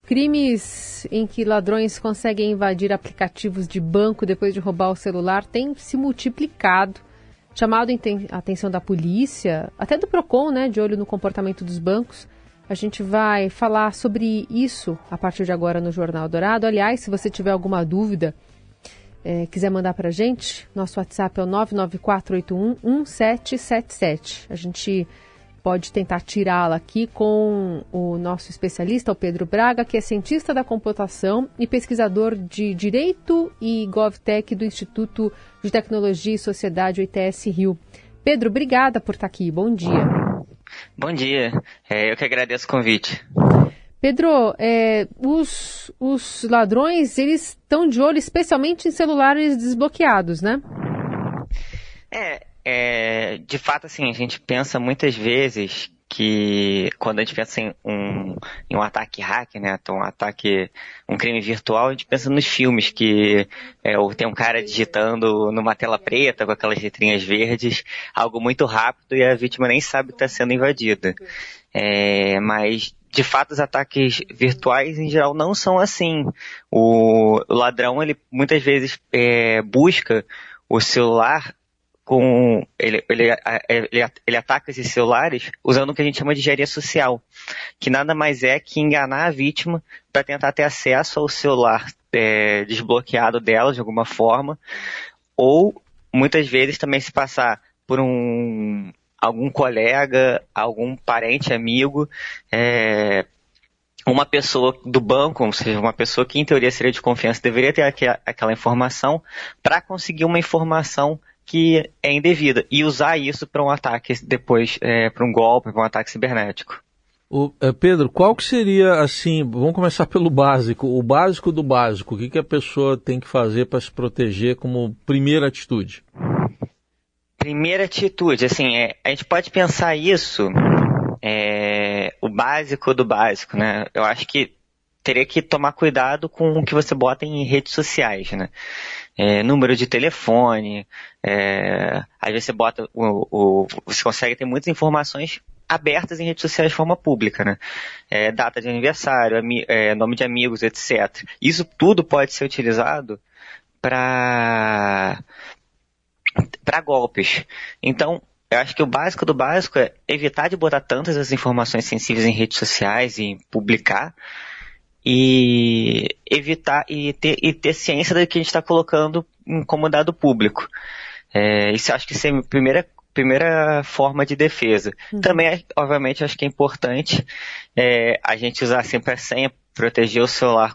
crimes em que ladrões conseguem invadir aplicativos de banco depois de roubar o celular têm se multiplicado, chamado a atenção da polícia, até do Procon, né, de olho no comportamento dos bancos. A gente vai falar sobre isso a partir de agora no Jornal Dourado. Aliás, se você tiver alguma dúvida, quiser mandar para a gente, nosso WhatsApp é o 994811777. A gente pode tentar tirá-la aqui com o nosso especialista, o Pedro Braga, que é cientista da computação e pesquisador de Direito e GovTech do Instituto de Tecnologia e Sociedade, o ITS Rio. Pedro, obrigada por estar aqui. Bom dia. Bom dia. Eu que agradeço o convite. Pedro, os ladrões, eles estão de olho especialmente em celulares desbloqueados, né? De fato, assim, a gente pensa muitas vezes que quando a gente pensa em um ataque hacker, né, então um crime virtual, a gente pensa nos filmes que tem um cara digitando numa tela preta com aquelas letrinhas verdes, algo muito rápido e a vítima nem sabe que está sendo invadida. Mas de fato, os ataques virtuais, em geral, não são assim. O ladrão, ele muitas vezes busca o celular ele ataca esses celulares usando o que a gente chama de engenharia social, que nada mais é que enganar a vítima para tentar ter acesso ao celular desbloqueado dela de alguma forma, ou muitas vezes também se passar por algum colega, algum parente, amigo, uma pessoa do banco, ou seja, uma pessoa que em teoria seria de confiança, deveria ter aquela informação para conseguir uma informação que é indevida e usar isso para um ataque depois, para um golpe, para um ataque cibernético. Pedro, qual que seria, assim, vamos começar pelo básico, o básico do básico, o que a pessoa tem que fazer para se proteger como primeira atitude? Primeira atitude, assim, a gente pode pensar isso, o básico do básico, né? Eu acho que teria que tomar cuidado com o que você bota em redes sociais, né? Número de telefone, às vezes você bota, você consegue ter muitas informações abertas em redes sociais de forma pública, né? Data de aniversário, nome de amigos, etc. Isso tudo pode ser utilizado para golpes. Então, eu acho que o básico do básico é evitar de botar tantas as informações sensíveis em redes sociais e publicar, e evitar e ter ciência do que a gente está colocando como dado público. Isso acho que é a primeira forma de defesa. Também, obviamente, acho que é importante a gente usar sempre a senha, proteger o celular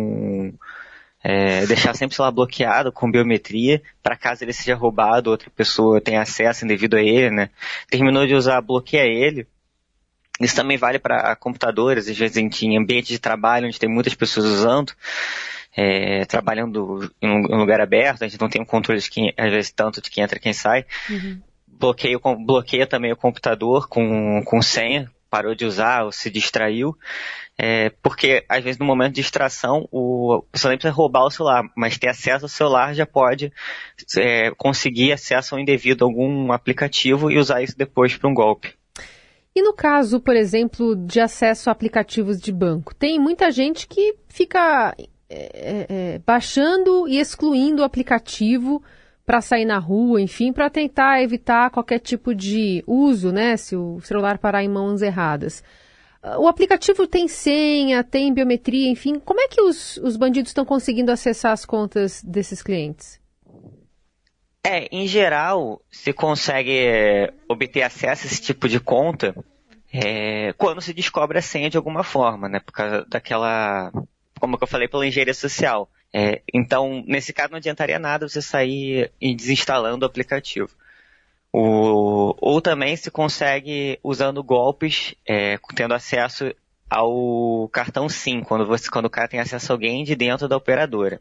deixar sempre o celular bloqueado com biometria, para caso ele seja roubado, outra pessoa tenha acesso indevido a ele, né? Terminou de usar, bloqueia ele. Isso também vale para computadores, às vezes em ambiente de trabalho, onde tem muitas pessoas usando, trabalhando em um lugar aberto, a gente não tem um controle às vezes tanto de quem entra e quem sai. Uhum. Bloqueia também o computador com senha, parou de usar ou se distraiu, porque às vezes no momento de distração a pessoa nem precisa roubar o celular, mas ter acesso ao celular já pode conseguir acesso ao indevido a algum aplicativo e usar isso depois para um golpe. E no caso, por exemplo, de acesso a aplicativos de banco, tem muita gente que fica baixando e excluindo o aplicativo para sair na rua, enfim, para tentar evitar qualquer tipo de uso, né, se o celular parar em mãos erradas. O aplicativo tem senha, tem biometria, enfim, como é que os bandidos estão conseguindo acessar as contas desses clientes? Em geral, se consegue obter acesso a esse tipo de conta quando se descobre a senha de alguma forma, né? Por causa daquela, como eu falei, pela engenharia social. Então, nesse caso, não adiantaria nada você sair e desinstalando o aplicativo. Ou também se consegue usando golpes, tendo acesso ao cartão SIM, quando o cara tem acesso a alguém de dentro da operadora.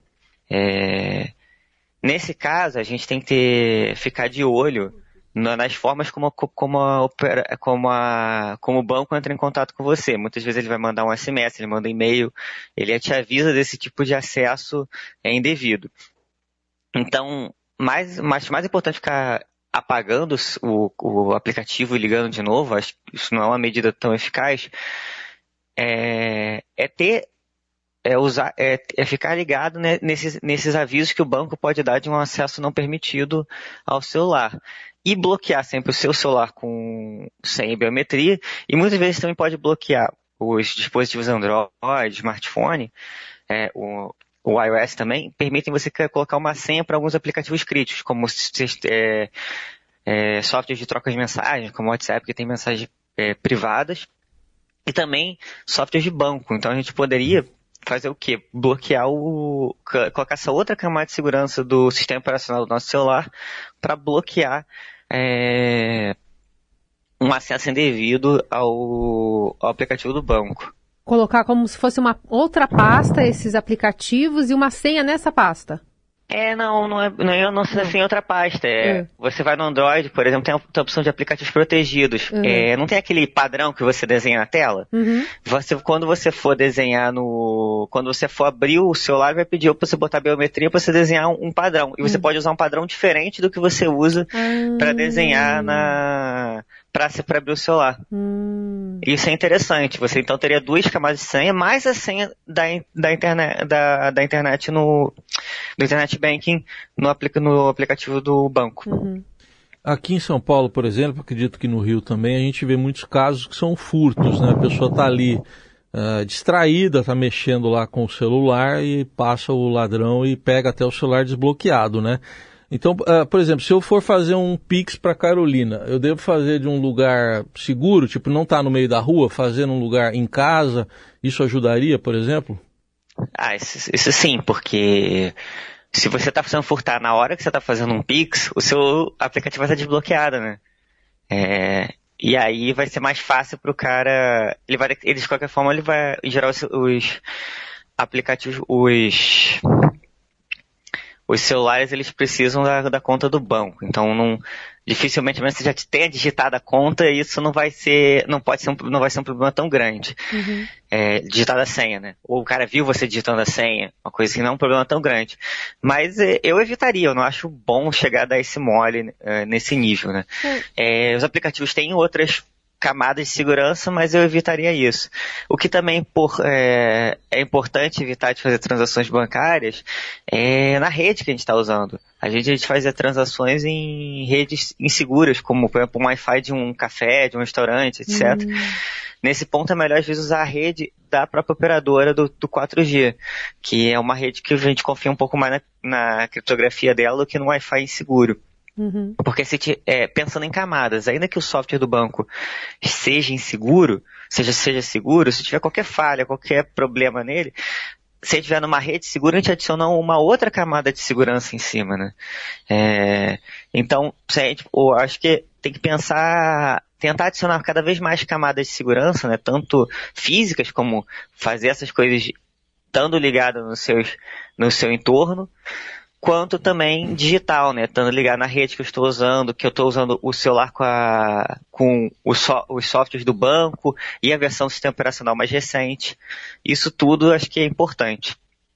Nesse caso, a gente tem que ficar de olho nas formas como o banco entra em contato com você. Muitas vezes ele vai mandar um SMS, ele manda um e-mail, ele te avisa desse tipo de acesso indevido. Então, mais importante ficar apagando o aplicativo e ligando de novo, acho que isso não é uma medida tão eficaz, ter ficar ligado, né, nesses avisos que o banco pode dar de um acesso não permitido ao celular. E bloquear sempre o seu celular sem biometria, e muitas vezes também pode bloquear os dispositivos Android, smartphone, o iOS também, permitem você colocar uma senha para alguns aplicativos críticos, como softwares de troca de mensagens, como o WhatsApp, que tem mensagens privadas, e também softwares de banco. Então a gente poderia fazer o quê? Colocar essa outra camada de segurança do sistema operacional do nosso celular para bloquear um acesso indevido ao aplicativo do banco. Colocar como se fosse uma outra pasta esses aplicativos e uma senha nessa pasta. Não sei se em outra pasta. Você vai no Android, por exemplo, tem a opção de aplicativos protegidos. Não tem aquele padrão que você desenha na tela? Uhum. Quando você for desenhar quando você for abrir o celular, vai pedir para você botar biometria para você desenhar um padrão. E você pode usar um padrão diferente do que você usa para desenhar para abrir o celular. Isso é interessante. Você então teria 2 camadas de senha, mais a senha da internet do Internet Banking no aplicativo do banco. Uhum. Aqui em São Paulo, por exemplo, acredito que no Rio também, a gente vê muitos casos que são furtos, né? A pessoa está ali distraída, está mexendo lá com o celular e passa o ladrão e pega até o celular desbloqueado, né? Então, por exemplo, se eu for fazer um Pix para Carolina, eu devo fazer de um lugar seguro, tipo, não tá no meio da rua, fazer num lugar em casa, isso ajudaria, por exemplo? Isso sim, porque se você está precisando furtar na hora que você está fazendo um Pix, o seu aplicativo vai estar desbloqueado, né? E aí vai ser mais fácil para o cara. Ele de qualquer forma, ele vai, em geral, os aplicativos, os celulares, eles precisam da conta do banco. Então, dificilmente você já tenha digitado a conta, e isso não vai ser um problema tão grande. Uhum. Digitar a senha, né? Ou o cara viu você digitando a senha, uma coisa assim, não é um problema tão grande. Mas eu evitaria, eu não acho bom chegar a dar esse mole nesse nível, né? Os aplicativos têm outras camadas de segurança, mas eu evitaria isso. O que também é importante evitar de fazer transações bancárias na rede que a gente está usando. A gente fazia transações em redes inseguras, como, por exemplo, um Wi-Fi de um café, de um restaurante, etc. Nesse ponto é melhor, às vezes, usar a rede da própria operadora do 4G, que é uma rede que a gente confia um pouco mais na criptografia dela do que no Wi-Fi inseguro. Uhum. Porque pensando em camadas, ainda que o software do banco seja inseguro, seja seguro, se tiver qualquer falha, qualquer problema nele, se estiver numa rede segura, a gente adiciona uma outra camada de segurança em cima, né? Então, eu acho que tem que tentar adicionar cada vez mais camadas de segurança, né? Tanto físicas, como fazer essas coisas estando ligado no seu entorno, quanto também digital, né? Estando ligado na rede que eu estou usando o celular com os softwares do banco e a versão do sistema operacional mais recente. Isso tudo acho que é importante.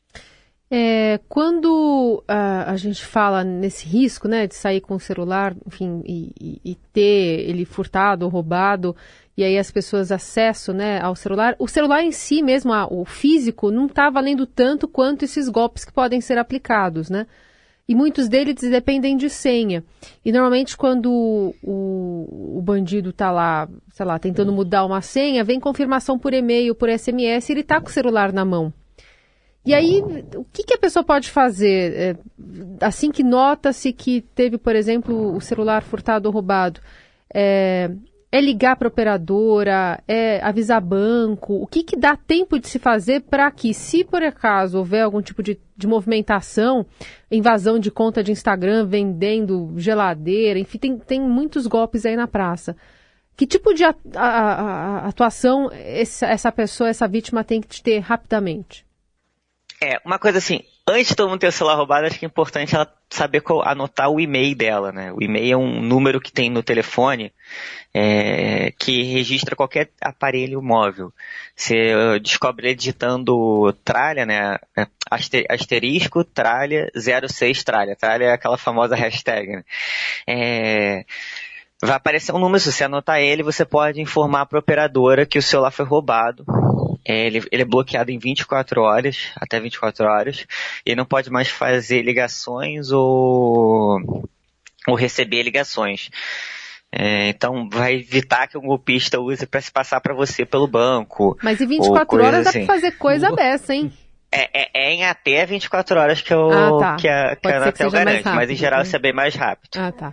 Quando a gente fala nesse risco, né, de sair com o celular, enfim, e ter ele furtado ou roubado, e aí as pessoas acessam, né, ao celular, o celular em si mesmo, o físico, não está valendo tanto quanto esses golpes que podem ser aplicados, né? E muitos deles dependem de senha. E normalmente quando o bandido está lá, sei lá, tentando mudar uma senha, vem confirmação por e-mail, por SMS, e ele está com o celular na mão. E aí, o que a pessoa pode fazer assim que nota-se que teve, por exemplo, o celular furtado ou roubado? É ligar para a operadora, avisar banco? O que dá tempo de se fazer para que, se por acaso houver algum tipo de movimentação, invasão de conta de Instagram, vendendo geladeira, enfim, tem muitos golpes aí na praça. Que tipo de atuação essa pessoa, essa vítima tem que ter rapidamente? Uma coisa assim, antes de todo mundo ter o celular roubado, acho que é importante ela saber anotar o e-mail dela, né? O e-mail é um número que tem no telefone que registra qualquer aparelho móvel. Você descobre ele digitando tralha, né? Asterisco, tralha, 06 tralha. Tralha é aquela famosa hashtag, né? Vai aparecer um número, se você anotar ele, você pode informar para a operadora que o celular foi roubado. ele é bloqueado em 24 horas, até 24 horas, e não pode mais fazer ligações ou receber ligações. Então vai evitar que um golpista use para se passar para você pelo banco. Mas em 24 horas dá assim. para fazer coisa dessa, hein? É em até 24 horas que que a Anatel garante, mas em geral isso é bem mais rápido. Ah, tá.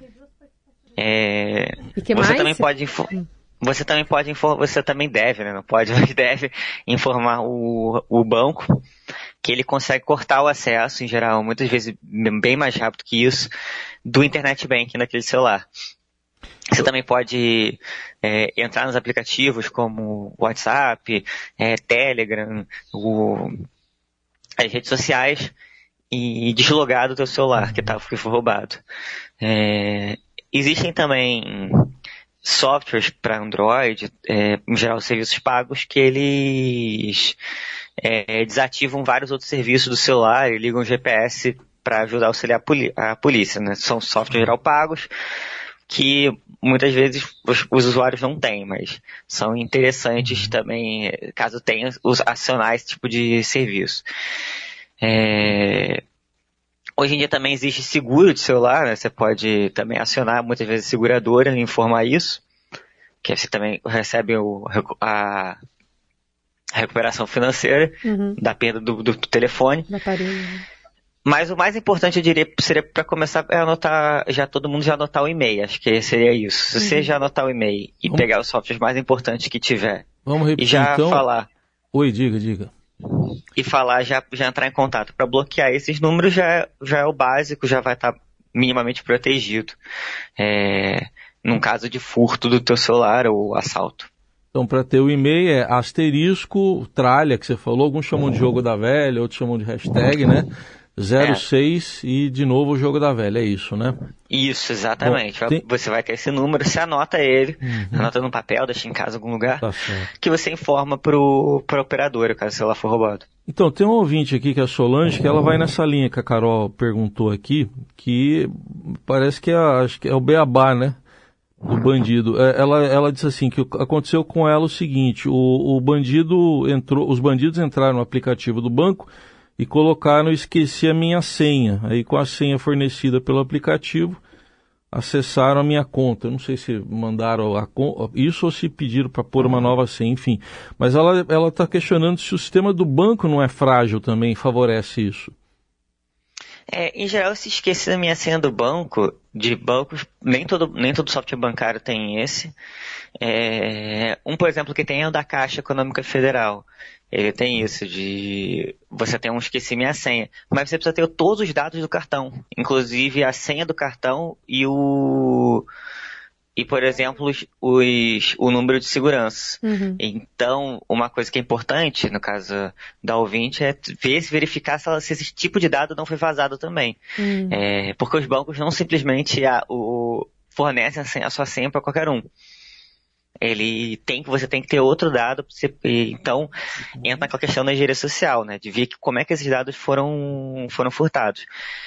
E que você mais? também pode você também deve, né? Não pode, mas deve informar o banco que ele consegue cortar o acesso, em geral, muitas vezes bem mais rápido que isso, do internet banking naquele celular. Você também pode entrar nos aplicativos como WhatsApp, Telegram, as redes sociais e deslogar do teu celular que foi roubado. Existem também softwares para Android, em geral serviços pagos, que eles desativam vários outros serviços do celular e ligam o GPS para ajudar a auxiliar a polícia, né? São softwares em geral pagos que muitas vezes os usuários não têm, mas são interessantes também, caso tenha, acionar esse tipo de serviço. Hoje em dia também existe seguro de celular, né? Você pode também acionar muitas vezes a seguradora e informar isso, que você também recebe a recuperação financeira da perda do telefone. Da aparelho. Mas o mais importante, eu diria, seria para começar a anotar, todo mundo já anotar o e-mail, acho que seria isso. Se você já anotar o e-mail e pegar os softwares mais importantes que tiver, vamos repetir, e já então falar. Oi, diga. E falar, já entrar em contato. Para bloquear esses números já é o básico, já vai estar minimamente protegido. Num caso de furto do teu celular ou assalto. Então, para ter o e-mail é asterisco, tralha, que você falou, alguns chamam de jogo da velha, outros chamam de hashtag, né? 06 e de novo o jogo da velha, é isso, né? Isso, exatamente. Bom, você vai ter esse número, você anota ele, anota no papel, deixa em casa em algum lugar, que você informa para a operadora, caso o celular for roubado. Então, tem um ouvinte aqui, que é a Solange, que ela vai nessa linha que a Carol perguntou aqui, que parece que acho que é o beabá, né? Do bandido. Ela disse assim, que aconteceu com ela o seguinte, os bandidos entraram no aplicativo do banco e colocaram esqueci a minha senha. Aí com a senha fornecida pelo aplicativo, acessaram a minha conta. Eu não sei se mandaram isso ou se pediram para pôr uma nova senha, enfim. Mas ela está questionando se o sistema do banco não é frágil também, favorece isso. Em geral, se esquecer da minha senha do banco, de bancos, nem todo software bancário tem esse. Por exemplo, que tem é o da Caixa Econômica Federal. Ele tem isso de você tem esqueci minha senha, mas você precisa ter todos os dados do cartão, inclusive a senha do cartão e por exemplo, o número de segurança. Então, uma coisa que é importante, no caso da ouvinte, é verificar se esse tipo de dado não foi vazado também. Porque os bancos não simplesmente fornecem a sua senha para qualquer um. Você tem que ter outro dado, então entra naquela questão da engenharia social, né, de ver como é que esses dados foram furtados.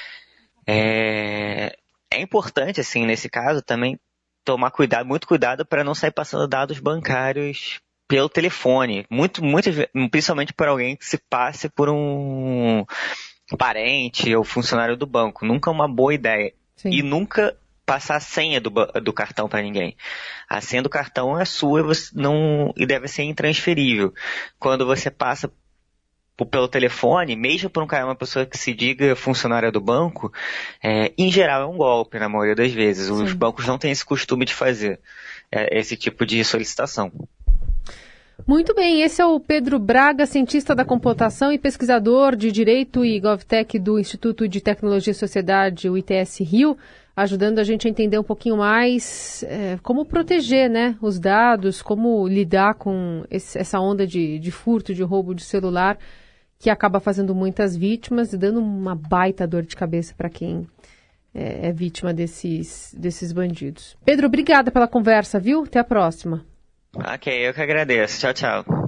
É importante, assim, nesse caso, também tomar muito cuidado para não sair passando dados bancários pelo telefone, principalmente para alguém que se passe por um parente ou funcionário do banco. Nunca é uma boa ideia. Sim. E nunca passar a senha do cartão para ninguém. A senha do cartão é sua e deve ser intransferível. Quando você passa pelo telefone, mesmo por uma pessoa que se diga funcionária do banco, em geral é um golpe, na maioria das vezes. Os bancos não têm esse costume de fazer esse tipo de solicitação. Muito bem, esse é o Pedro Braga, cientista da computação e pesquisador de Direito e GovTech do Instituto de Tecnologia e Sociedade, o ITS Rio, ajudando a gente a entender um pouquinho mais como proteger, né, os dados, como lidar com essa onda de furto, de roubo de celular, que acaba fazendo muitas vítimas e dando uma baita dor de cabeça para quem é vítima desses bandidos. Pedro, obrigada pela conversa, viu? Até a próxima. Ok, eu que agradeço. Tchau, tchau.